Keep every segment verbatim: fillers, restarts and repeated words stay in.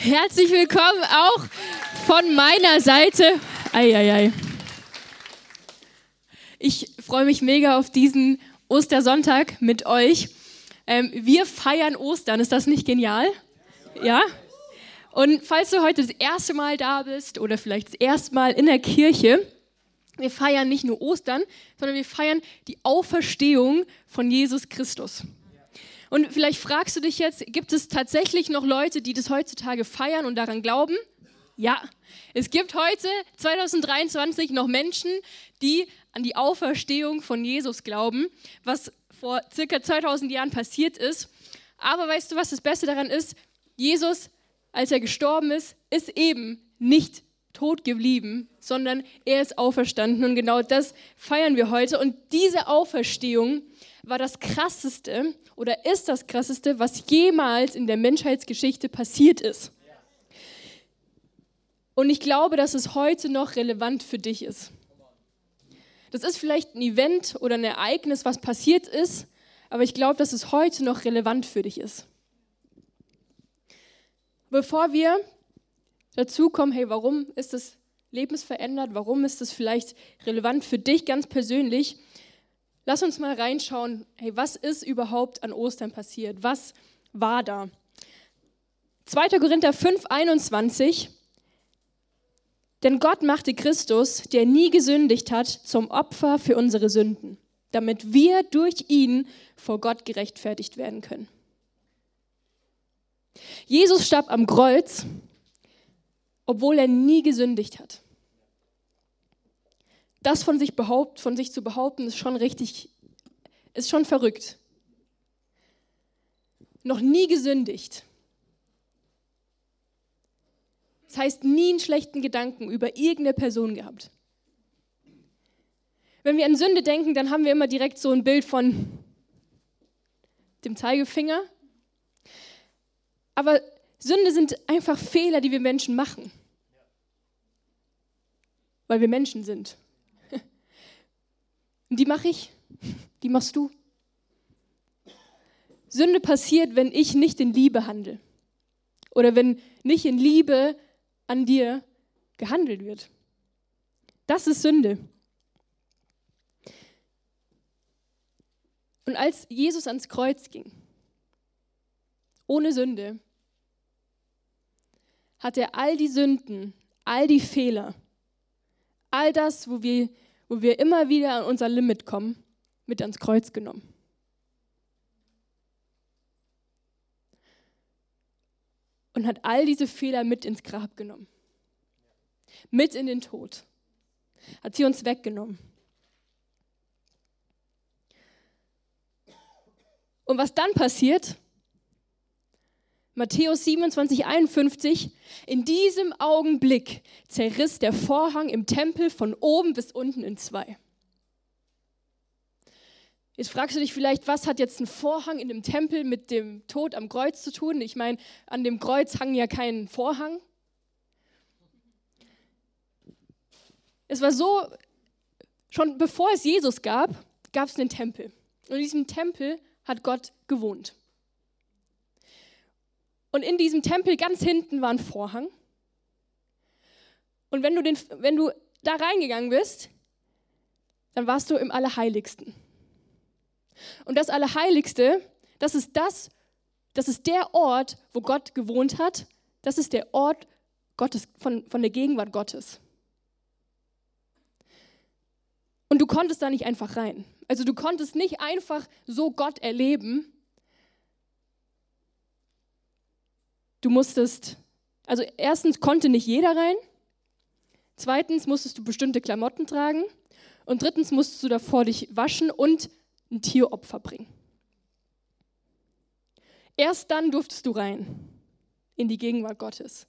Herzlich willkommen auch von meiner Seite. Eieiei. Ich freue mich mega auf diesen Ostersonntag mit euch. Ähm, wir feiern Ostern, ist das nicht genial? Ja? Und falls du heute das erste Mal da bist oder vielleicht das erste Mal in der Kirche, wir feiern nicht nur Ostern, sondern wir feiern die Auferstehung von Jesus Christus. Und vielleicht fragst du dich jetzt, gibt es tatsächlich noch Leute, die das heutzutage feiern und daran glauben? Ja, es gibt heute, zwanzig dreiundzwanzig, noch Menschen, die an die Auferstehung von Jesus glauben, was vor circa zweitausend Jahren passiert ist. Aber weißt du, was das Beste daran ist? Jesus, als er gestorben ist, ist eben nicht tot geblieben, sondern er ist auferstanden. Und genau das feiern wir heute. Und diese Auferstehung war das Krasseste oder ist das Krasseste, was jemals in der Menschheitsgeschichte passiert ist. Und ich glaube, dass es heute noch relevant für dich ist. Das ist vielleicht ein Event oder ein Ereignis, was passiert ist, aber ich glaube, dass es heute noch relevant für dich ist. Bevor wir dazu kommen, hey, warum ist das lebensverändert, warum ist das vielleicht relevant für dich ganz persönlich, lass uns mal reinschauen, hey, was ist überhaupt an Ostern passiert? Was war da? zweiter Korinther fünf, einundzwanzig. Denn Gott machte Christus, der nie gesündigt hat, zum Opfer für unsere Sünden, damit wir durch ihn vor Gott gerechtfertigt werden können. Jesus starb am Kreuz, obwohl er nie gesündigt hat. Das von sich, behaupt, von sich zu behaupten, ist schon richtig, ist schon verrückt. Noch nie gesündigt. Das heißt, nie einen schlechten Gedanken über irgendeine Person gehabt. Wenn wir an Sünde denken, dann haben wir immer direkt so ein Bild von dem Zeigefinger. Aber Sünde sind einfach Fehler, die wir Menschen machen. Weil wir Menschen sind. Und die mache ich, die machst du. Sünde passiert, wenn ich nicht in Liebe handle. Oder wenn nicht in Liebe an dir gehandelt wird. Das ist Sünde. Und als Jesus ans Kreuz ging, ohne Sünde, hat er all die Sünden, all die Fehler, all das, wo wir, wo wir immer wieder an unser Limit kommen, mit ans Kreuz genommen. Und hat all diese Fehler mit ins Grab genommen. Mit in den Tod. Hat sie uns weggenommen. Und was dann passiert? Matthäus siebenundzwanzig, einundfünfzig. In diesem Augenblick zerriss der Vorhang im Tempel von oben bis unten in zwei. Jetzt fragst du dich vielleicht, was hat jetzt ein Vorhang in dem Tempel mit dem Tod am Kreuz zu tun? Ich meine, an dem Kreuz hang ja kein Vorhang. Es war so, schon bevor es Jesus gab, gab es einen Tempel. Und in diesem Tempel hat Gott gewohnt. Und in diesem Tempel ganz hinten war ein Vorhang. Und wenn du, den, wenn du da reingegangen bist, dann warst du im Allerheiligsten. Und das Allerheiligste, das ist das, das ist der Ort, wo Gott gewohnt hat. Das ist der Ort Gottes, von, von der Gegenwart Gottes. Und du konntest da nicht einfach rein. Also du konntest nicht einfach so Gott erleben. Du musstest, also erstens konnte nicht jeder rein. Zweitens musstest du bestimmte Klamotten tragen. Und drittens musstest du davor dich waschen und ein Tieropfer bringen. Erst dann durftest du rein in die Gegenwart Gottes.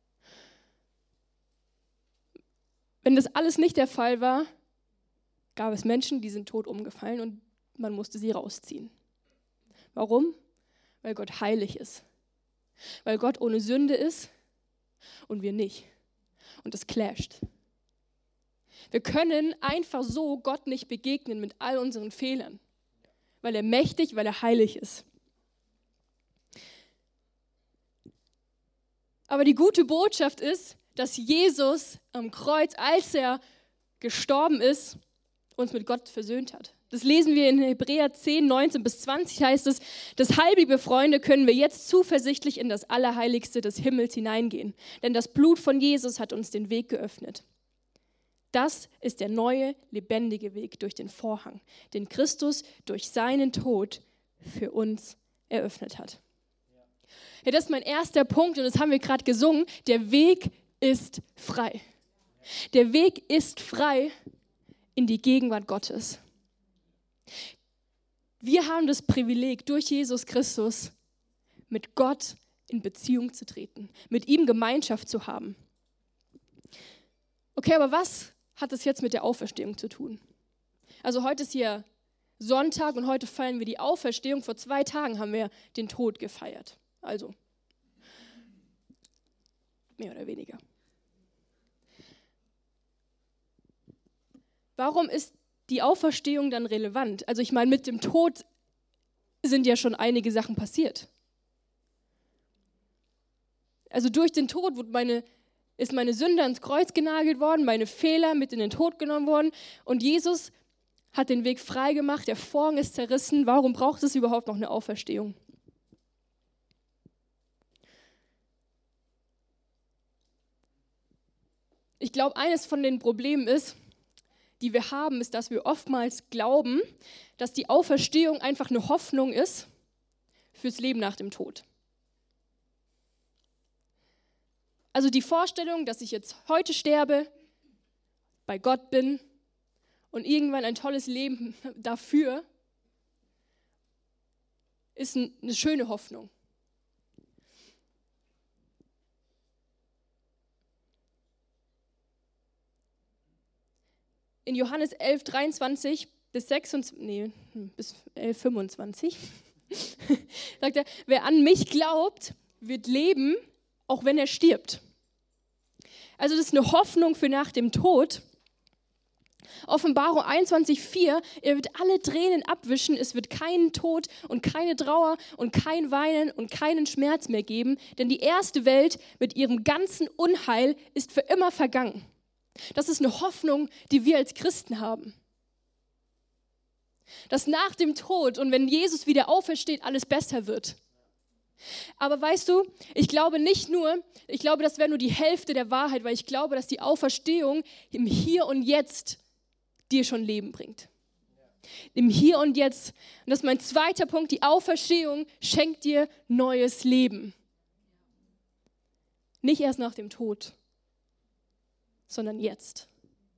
Wenn das alles nicht der Fall war, gab es Menschen, die sind tot umgefallen und man musste sie rausziehen. Warum? Weil Gott heilig ist. Weil Gott ohne Sünde ist und wir nicht. Und das clasht. Wir können einfach so Gott nicht begegnen mit all unseren Fehlern. Weil er mächtig, weil er heilig ist. Aber die gute Botschaft ist, dass Jesus am Kreuz, als er gestorben ist, uns mit Gott versöhnt hat. Das lesen wir in Hebräer zehn, neunzehn bis zwanzig, heißt es, deshalb, liebe Freunde, können wir jetzt zuversichtlich in das Allerheiligste des Himmels hineingehen, denn das Blut von Jesus hat uns den Weg geöffnet. Das ist der neue, lebendige Weg durch den Vorhang, den Christus durch seinen Tod für uns eröffnet hat. Ja, das ist mein erster Punkt und das haben wir gerade gesungen. Der Weg ist frei. Der Weg ist frei in die Gegenwart Gottes. Wir haben das Privileg, durch Jesus Christus mit Gott in Beziehung zu treten, mit ihm Gemeinschaft zu haben. Okay, aber was hat das jetzt mit der Auferstehung zu tun? Also heute ist hier Sonntag und heute feiern wir die Auferstehung. Vor zwei Tagen haben wir den Tod gefeiert. Also mehr oder weniger. Warum ist die Auferstehung dann relevant? Also ich meine, mit dem Tod sind ja schon einige Sachen passiert. Also durch den Tod wurde meine, ist meine Sünde ans Kreuz genagelt worden, meine Fehler mit in den Tod genommen worden und Jesus hat den Weg frei gemacht, der Vorhang ist zerrissen. Warum braucht es überhaupt noch eine Auferstehung? Ich glaube, eines von den Problemen ist, die wir haben, ist, dass wir oftmals glauben, dass die Auferstehung einfach eine Hoffnung ist fürs Leben nach dem Tod. Also die Vorstellung, dass ich jetzt heute sterbe, bei Gott bin und irgendwann ein tolles Leben dafür, ist eine schöne Hoffnung. In Johannes elf, dreiundzwanzig bis sechsundzwanzig, nee, bis elf, fünfundzwanzig sagt er, wer an mich glaubt, wird leben, auch wenn er stirbt. Also das ist eine Hoffnung für nach dem Tod. Offenbarung einundzwanzig, vier, er wird alle Tränen abwischen, es wird keinen Tod und keine Trauer und kein Weinen und keinen Schmerz mehr geben, denn die erste Welt mit ihrem ganzen Unheil ist für immer vergangen. Das ist eine Hoffnung, die wir als Christen haben. Dass nach dem Tod und wenn Jesus wieder aufersteht, alles besser wird. Aber weißt du, ich glaube nicht nur, ich glaube, das wäre nur die Hälfte der Wahrheit, weil ich glaube, dass die Auferstehung im Hier und Jetzt dir schon Leben bringt. Im Hier und Jetzt. Und das ist mein zweiter Punkt, die Auferstehung schenkt dir neues Leben. Nicht erst nach dem Tod, sondern jetzt.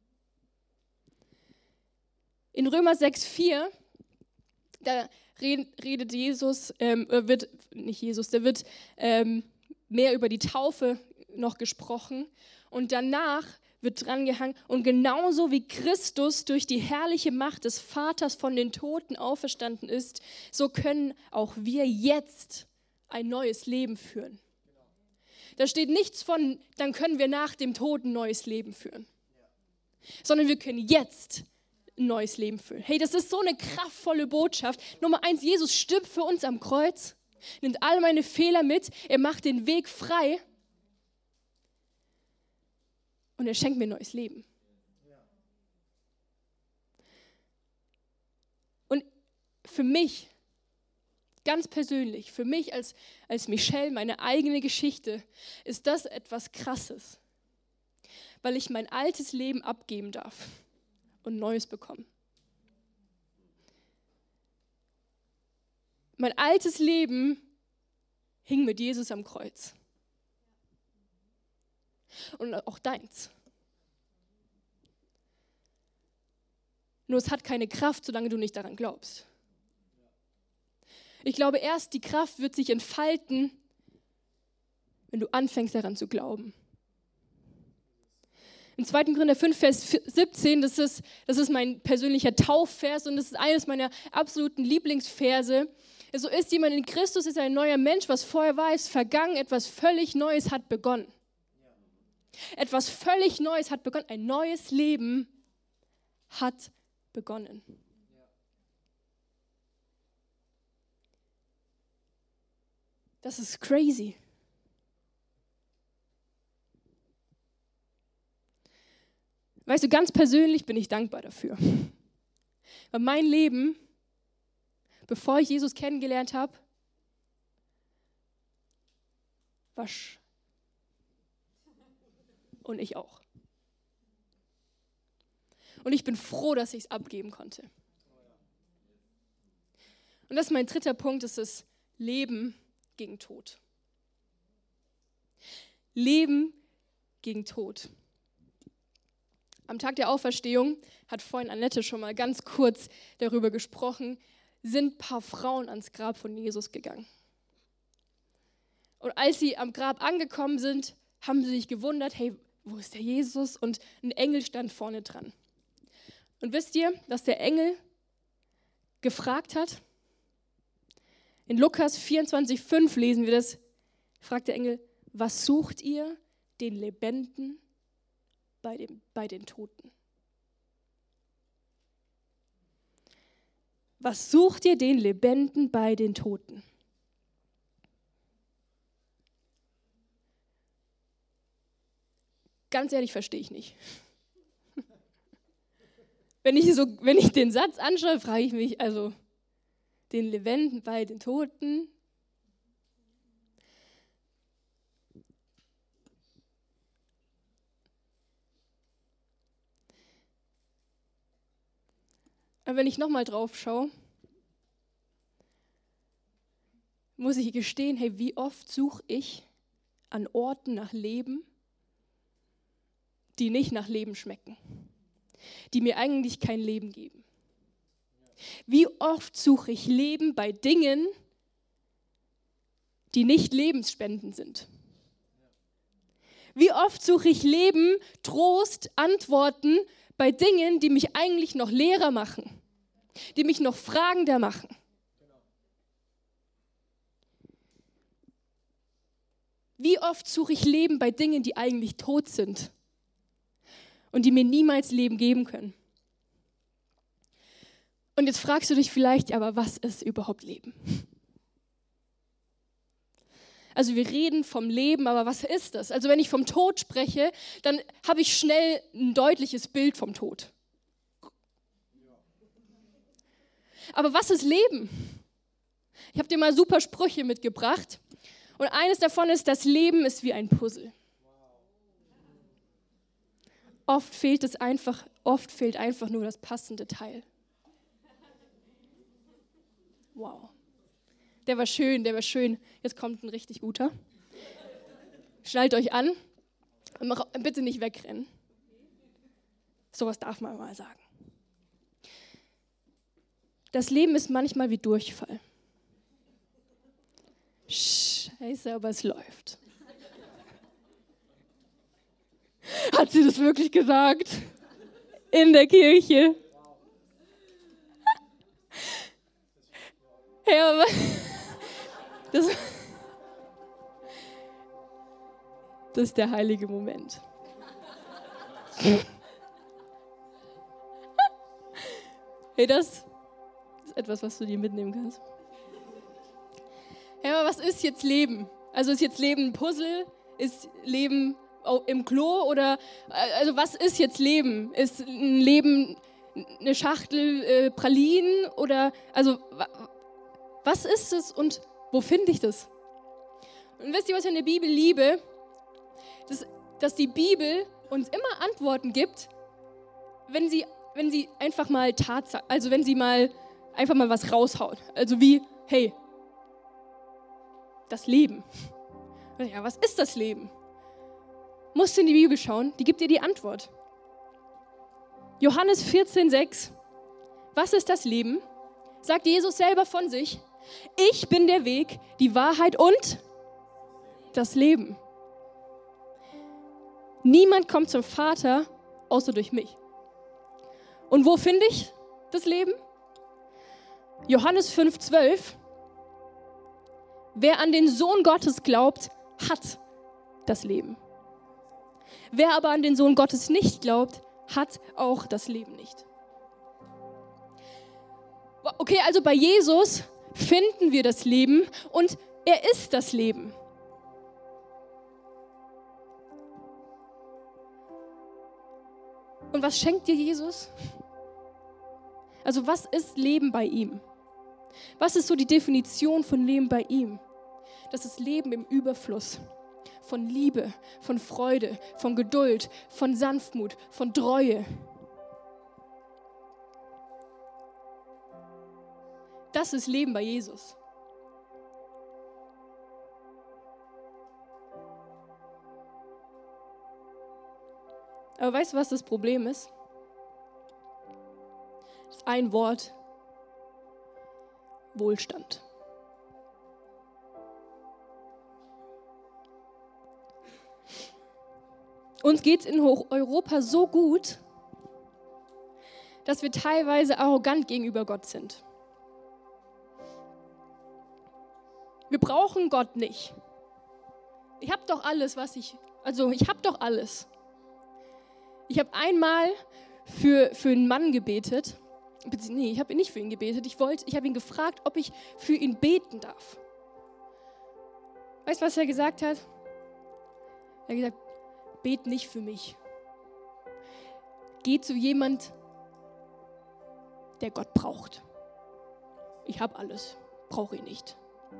In Römer sechs, vier, da redet Jesus, ähm, wird, nicht Jesus, da wird ähm, mehr über die Taufe noch gesprochen und danach wird drangehangen und genauso wie Christus durch die herrliche Macht des Vaters von den Toten auferstanden ist, so können auch wir jetzt ein neues Leben führen. Da steht nichts von, dann können wir nach dem Tod ein neues Leben führen. Sondern wir können jetzt ein neues Leben führen. Hey, das ist so eine kraftvolle Botschaft. Nummer eins, Jesus stirbt für uns am Kreuz, nimmt all meine Fehler mit, er macht den Weg frei und er schenkt mir ein neues Leben. Und für mich, ganz persönlich, für mich als, als Michelle, meine eigene Geschichte, ist das etwas Krasses, weil ich mein altes Leben abgeben darf und Neues bekommen. Mein altes Leben hing mit Jesus am Kreuz. Und auch deins. Nur es hat keine Kraft, solange du nicht daran glaubst. Ich glaube, erst die Kraft wird sich entfalten, wenn du anfängst daran zu glauben. Im zweiten Korinther fünf, Vers siebzehn, das ist, das ist mein persönlicher Taufvers und das ist eines meiner absoluten Lieblingsverse. So ist jemand in Christus, ist ein neuer Mensch, was vorher war, ist vergangen, etwas völlig Neues hat begonnen. Etwas völlig Neues hat begonnen, ein neues Leben hat begonnen. Das ist crazy. Weißt du, ganz persönlich bin ich dankbar dafür. Weil mein Leben, bevor ich Jesus kennengelernt habe, war sch- und ich auch. Und ich bin froh, dass ich es abgeben konnte. Und das ist mein dritter Punkt, das ist Leben gegen Tod. Leben gegen Tod. Am Tag der Auferstehung, hat vorhin Annette schon mal ganz kurz darüber gesprochen, sind ein paar Frauen ans Grab von Jesus gegangen. Und als sie am Grab angekommen sind, haben sie sich gewundert, hey, wo ist der Jesus? Und ein Engel stand vorne dran. Und wisst ihr, dass der Engel gefragt hat? In Lukas vierundzwanzig fünf lesen wir das, fragt der Engel, was sucht ihr den Lebenden bei, dem, bei den Toten? Was sucht ihr den Lebenden bei den Toten? Ganz ehrlich, verstehe ich nicht. Wenn ich, so, wenn ich den Satz anschaue, frage ich mich, also den Lebenden bei den Toten. Aber wenn ich nochmal drauf schaue, muss ich gestehen, hey, wie oft suche ich an Orten nach Leben, die nicht nach Leben schmecken, die mir eigentlich kein Leben geben. Wie oft suche ich Leben bei Dingen, die nicht lebensspendend sind. Wie oft suche ich Leben, Trost, Antworten bei Dingen, die mich eigentlich noch leerer machen, die mich noch fragender machen. Wie oft suche ich Leben bei Dingen, die eigentlich tot sind und die mir niemals Leben geben können. Und jetzt fragst du dich vielleicht, aber was ist überhaupt Leben? Also wir reden vom Leben, aber was ist das? Also wenn ich vom Tod spreche, dann habe ich schnell ein deutliches Bild vom Tod. Aber was ist Leben? Ich habe dir mal super Sprüche mitgebracht. Und eines davon ist, das Leben ist wie ein Puzzle. Oft fehlt es einfach, oft fehlt einfach nur das passende Teil. Wow. Der war schön, der war schön. Jetzt kommt ein richtig guter. Schnallt euch an und bitte nicht wegrennen. Sowas darf man mal sagen. Das Leben ist manchmal wie Durchfall. Scheiße, aber es läuft. Hat sie das wirklich gesagt? In der Kirche? Ja, aber das, das ist der heilige Moment. Hey, das ist etwas, was du dir mitnehmen kannst. Hey, aber was ist jetzt Leben? Also ist jetzt Leben ein Puzzle? Ist Leben im Klo? Oder, also was ist jetzt Leben? Ist ein Leben eine Schachtel äh, Pralinen? Oder, also was ist es und wo finde ich das? Und wisst ihr, was ich in der Bibel liebe? Das, dass die Bibel uns immer Antworten gibt, wenn sie, wenn sie einfach mal Tatsachen, also wenn sie mal einfach mal was raushaut. Also wie, hey, das Leben. Ja, was ist das Leben? Musst du in die Bibel schauen, die gibt dir die Antwort. Johannes vierzehn sechs. Was ist das Leben? Sagt Jesus selber von sich. Ich bin der Weg, die Wahrheit und das Leben. Niemand kommt zum Vater, außer durch mich. Und wo finde ich das Leben? Johannes fünf zwölf. Wer an den Sohn Gottes glaubt, hat das Leben. Wer aber an den Sohn Gottes nicht glaubt, hat auch das Leben nicht. Okay, also bei Jesus finden wir das Leben und er ist das Leben. Und was schenkt dir Jesus? Also was ist Leben bei ihm? Was ist so die Definition von Leben bei ihm? Das ist Leben im Überfluss. Von Liebe, von Freude, von Geduld, von Sanftmut, von Treue. Das ist Leben bei Jesus. Aber weißt du, was das Problem ist? Das ist ein Wort: Wohlstand. Uns geht es in Europa so gut, dass wir teilweise arrogant gegenüber Gott sind. Wir brauchen Gott nicht. Ich habe doch alles, was ich, also ich habe doch alles. Ich habe einmal für, für einen Mann gebetet. Nee, ich habe nicht für ihn gebetet. Ich wollte, ich habe ihn gefragt, ob ich für ihn beten darf. Weißt du, was er gesagt hat? Er hat gesagt, bet nicht für mich. Geh zu jemand, der Gott braucht. Ich habe alles, brauche ihn nicht.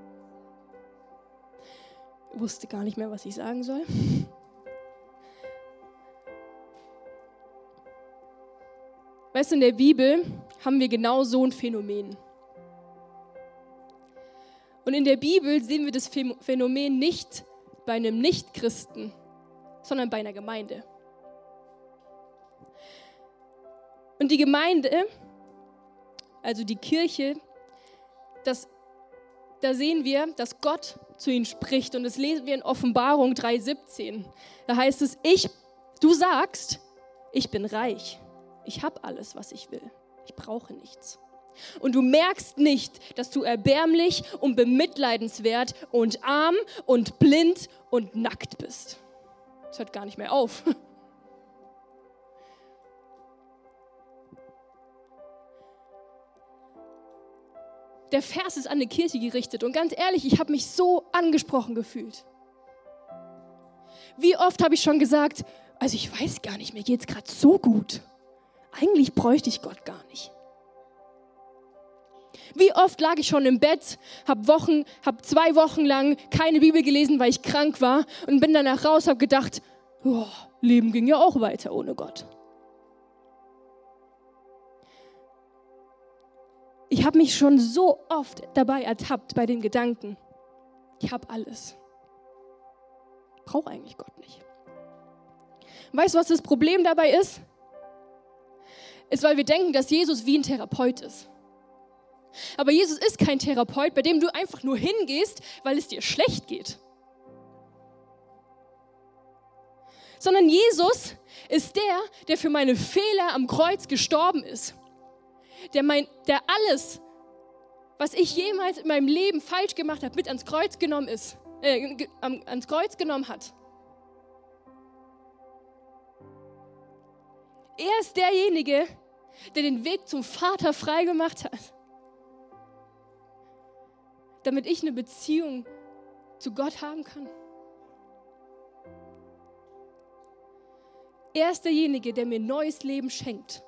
Ich wusste gar nicht mehr, was ich sagen soll. Weißt du, in der Bibel haben wir genau so ein Phänomen. Und in der Bibel sehen wir das Phänomen nicht bei einem Nichtchristen, sondern bei einer Gemeinde. Und die Gemeinde, also die Kirche, das, da sehen wir, dass Gott zu ihnen spricht. Und das lesen wir in Offenbarung drei siebzehn. Da heißt es, ich, du sagst, ich bin reich. Ich habe alles, was ich will. Ich brauche nichts. Und du merkst nicht, dass du erbärmlich und bemitleidenswert und arm und blind und nackt bist. Das hört gar nicht mehr auf. Der Vers ist an eine Kirche gerichtet und ganz ehrlich, ich habe mich so angesprochen gefühlt. Wie oft habe ich schon gesagt, also ich weiß gar nicht, mir geht es gerade so gut. Eigentlich bräuchte ich Gott gar nicht. Wie oft lag ich schon im Bett, habe Wochen, habe zwei Wochen lang keine Bibel gelesen, weil ich krank war und bin danach raus, habe gedacht, oh, Leben ging ja auch weiter ohne Gott. Ich habe mich schon so oft dabei ertappt bei den Gedanken, ich habe alles. Brauche eigentlich Gott nicht. Weißt du, was das Problem dabei ist? Ist, weil wir denken, dass Jesus wie ein Therapeut ist. Aber Jesus ist kein Therapeut, bei dem du einfach nur hingehst, weil es dir schlecht geht. Sondern Jesus ist der, der für meine Fehler am Kreuz gestorben ist. Der, mein, der alles, was ich jemals in meinem Leben falsch gemacht habe, mit ans Kreuz genommen ist, äh, ans Kreuz genommen hat. Er ist derjenige, der den Weg zum Vater frei gemacht hat, damit ich eine Beziehung zu Gott haben kann. Er ist derjenige, der mir neues Leben schenkt,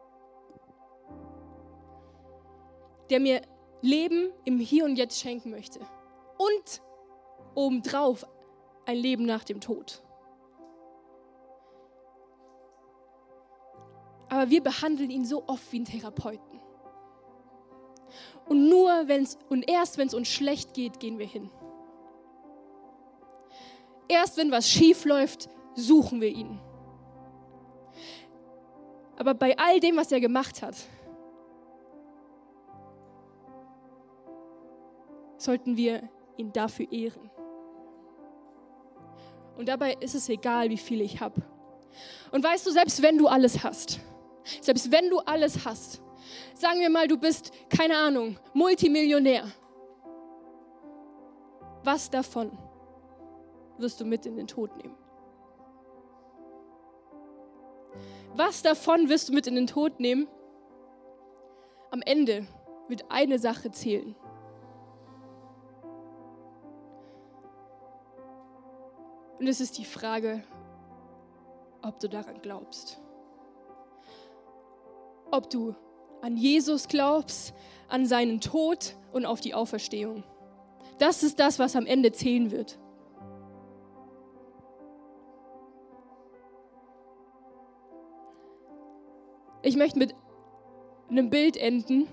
der mir Leben im Hier und Jetzt schenken möchte und obendrauf ein Leben nach dem Tod. Aber wir behandeln ihn so oft wie einen Therapeuten. Und nur wenn's, und erst wenn es uns schlecht geht, gehen wir hin. Erst wenn was schief läuft, suchen wir ihn. Aber bei all dem, was er gemacht hat, sollten wir ihn dafür ehren. Und dabei ist es egal, wie viel ich habe. Und weißt du, selbst wenn du alles hast, selbst wenn du alles hast, sagen wir mal, du bist, keine Ahnung, Multimillionär. Was davon wirst du mit in den Tod nehmen? Was davon wirst du mit in den Tod nehmen? Am Ende wird eine Sache zählen. Und es ist die Frage, ob du daran glaubst. ob du an Jesus glaubst, an seinen Tod und auf die Auferstehung. Das ist das, was am Ende zählen wird. Ich möchte mit einem Bild enden.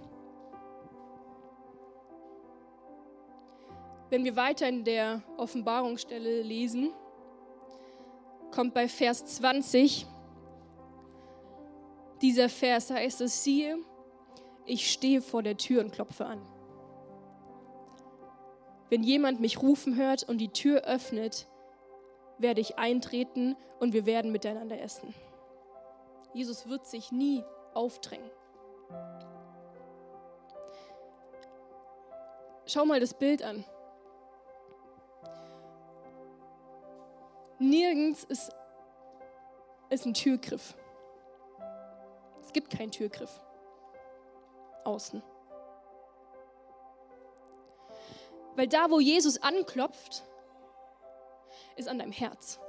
Wenn wir weiter in der Offenbarungsstelle lesen, kommt bei Vers zwanzig dieser Vers, da heißt es, siehe, ich stehe vor der Tür und klopfe an. Wenn jemand mich rufen hört und die Tür öffnet, werde ich eintreten und wir werden miteinander essen. Jesus wird sich nie aufdrängen. Schau mal das Bild an. Nirgends ist, ist ein Türgriff. Es gibt keinen Türgriff. Außen. Weil da, wo Jesus anklopft, ist an deinem Herz.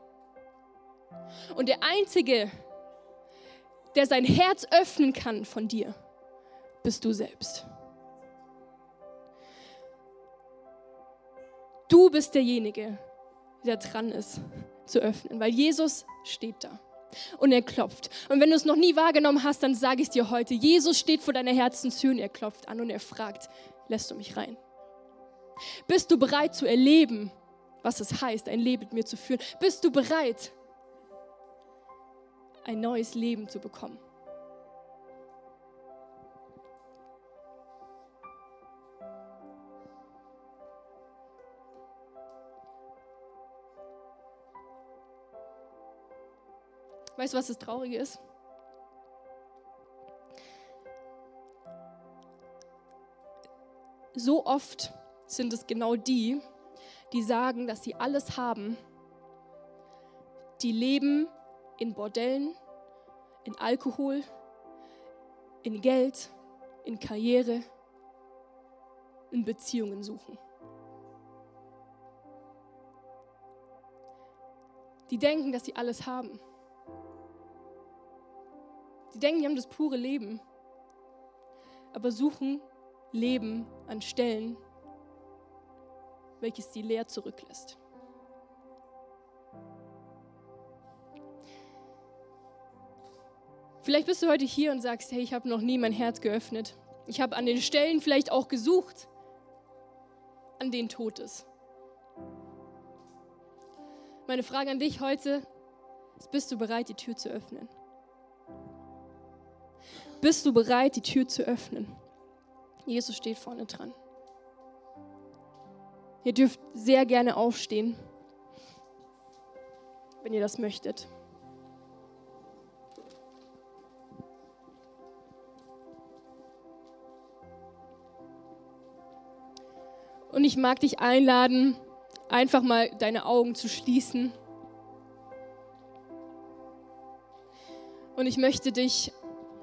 Und der Einzige, der sein Herz öffnen kann von dir, bist du selbst. Du bist derjenige, der dran ist, zu öffnen, weil Jesus steht da und er klopft. Und wenn du es noch nie wahrgenommen hast, dann sage ich es dir heute. Jesus steht vor deiner Herzenstür und er klopft an und er fragt, lässt du mich rein? Bist du bereit zu erleben, was es heißt, ein Leben mit mir zu führen? Bist du bereit, ein neues Leben zu bekommen? Weißt du, was das Traurige ist? So oft sind es genau die, die sagen, dass sie alles haben, die leben in Bordellen, in Alkohol, in Geld, in Karriere, in Beziehungen suchen. Die denken, dass sie alles haben. Die denken, die haben das pure Leben, aber suchen Leben an Stellen, welches sie leer zurücklässt. Vielleicht bist du heute hier und sagst, hey, ich habe noch nie mein Herz geöffnet. Ich habe an den Stellen vielleicht auch gesucht, an denen Tod ist. Meine Frage an dich heute ist, bist du bereit, die Tür zu öffnen? Bist du bereit, die Tür zu öffnen? Jesus steht vorne dran. Ihr dürft sehr gerne aufstehen, wenn ihr das möchtet. Und ich mag dich einladen, einfach mal deine Augen zu schließen. Und ich möchte dich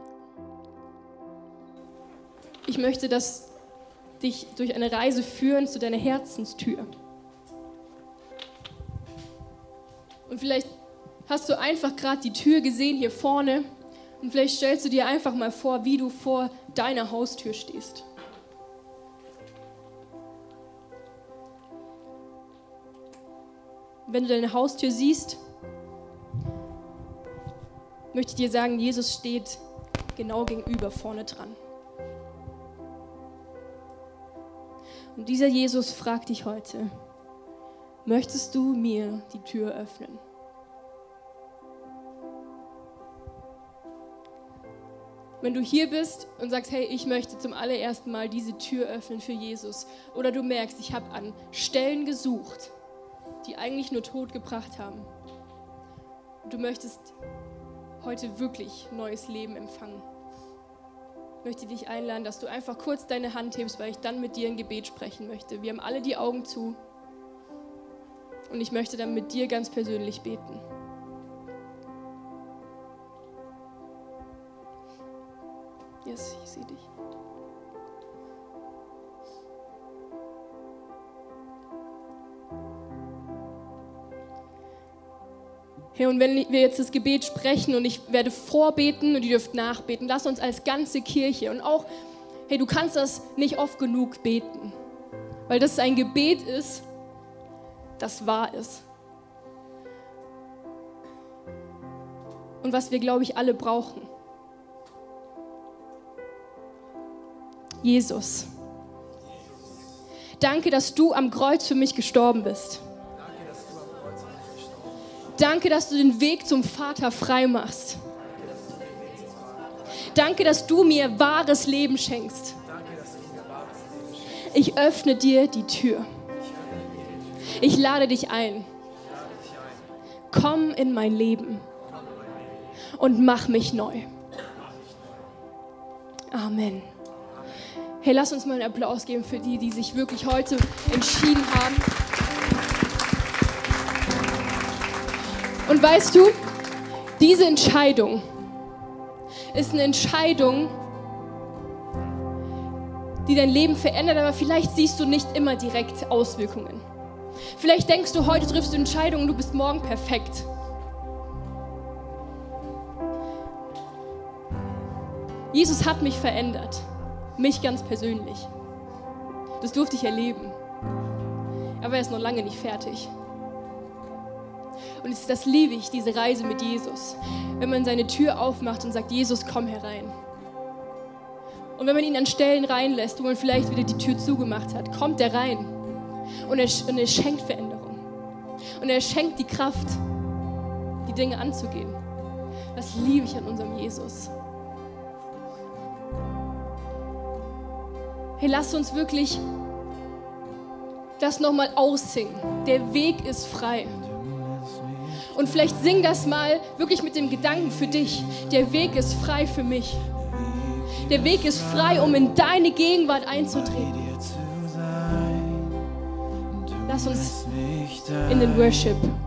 Ich möchte das, dich durch eine Reise führen zu deiner Herzenstür. Und vielleicht hast du einfach gerade die Tür gesehen hier vorne und vielleicht stellst du dir einfach mal vor, wie du vor deiner Haustür stehst. Wenn du deine Haustür siehst, möchte ich dir sagen, Jesus steht genau gegenüber vorne dran. Und dieser Jesus fragt dich heute, möchtest du mir die Tür öffnen? Wenn du hier bist und sagst, hey, ich möchte zum allerersten Mal diese Tür öffnen für Jesus, oder du merkst, ich habe an Stellen gesucht, die eigentlich nur Tod gebracht haben, und du möchtest heute wirklich neues Leben empfangen, möchte ich dich einladen, dass du einfach kurz deine Hand hebst, weil ich dann mit dir ein Gebet sprechen möchte. Wir haben alle die Augen zu und ich möchte dann mit dir ganz persönlich beten. Yes, ich sehe dich. Hey, und wenn wir jetzt das Gebet sprechen und ich werde vorbeten und ihr dürft nachbeten, lass uns als ganze Kirche und auch, hey, du kannst das nicht oft genug beten, weil das ein Gebet ist, das wahr ist. Und was wir, glaube ich, alle brauchen. Jesus, danke, dass du am Kreuz für mich gestorben bist. Danke, dass du den Weg zum Vater frei machst. Danke, dass du mir wahres Leben schenkst. Ich öffne dir die Tür. Ich lade dich ein. Komm in mein Leben und mach mich neu. Amen. Hey, lass uns mal einen Applaus geben für die, die sich wirklich heute entschieden haben. Und weißt du, diese Entscheidung ist eine Entscheidung, die dein Leben verändert, aber vielleicht siehst du nicht immer direkt Auswirkungen. Vielleicht denkst du, heute triffst du Entscheidungen und du bist morgen perfekt. Jesus hat mich verändert, mich ganz persönlich. Das durfte ich erleben, aber er ist noch lange nicht fertig. Und das liebe ich, diese Reise mit Jesus. Wenn man seine Tür aufmacht und sagt, Jesus, komm herein. Und wenn man ihn an Stellen reinlässt, wo man vielleicht wieder die Tür zugemacht hat, kommt er rein. Und er, und er schenkt Veränderung. Und er schenkt die Kraft, die Dinge anzugehen. Das liebe ich an unserem Jesus. Hey, lasst uns wirklich das nochmal aussingen. Der Weg ist frei. Und vielleicht sing das mal wirklich mit dem Gedanken für dich. Der Weg ist frei für mich. Der Weg ist frei, um in deine Gegenwart einzutreten. Lass uns in den Worship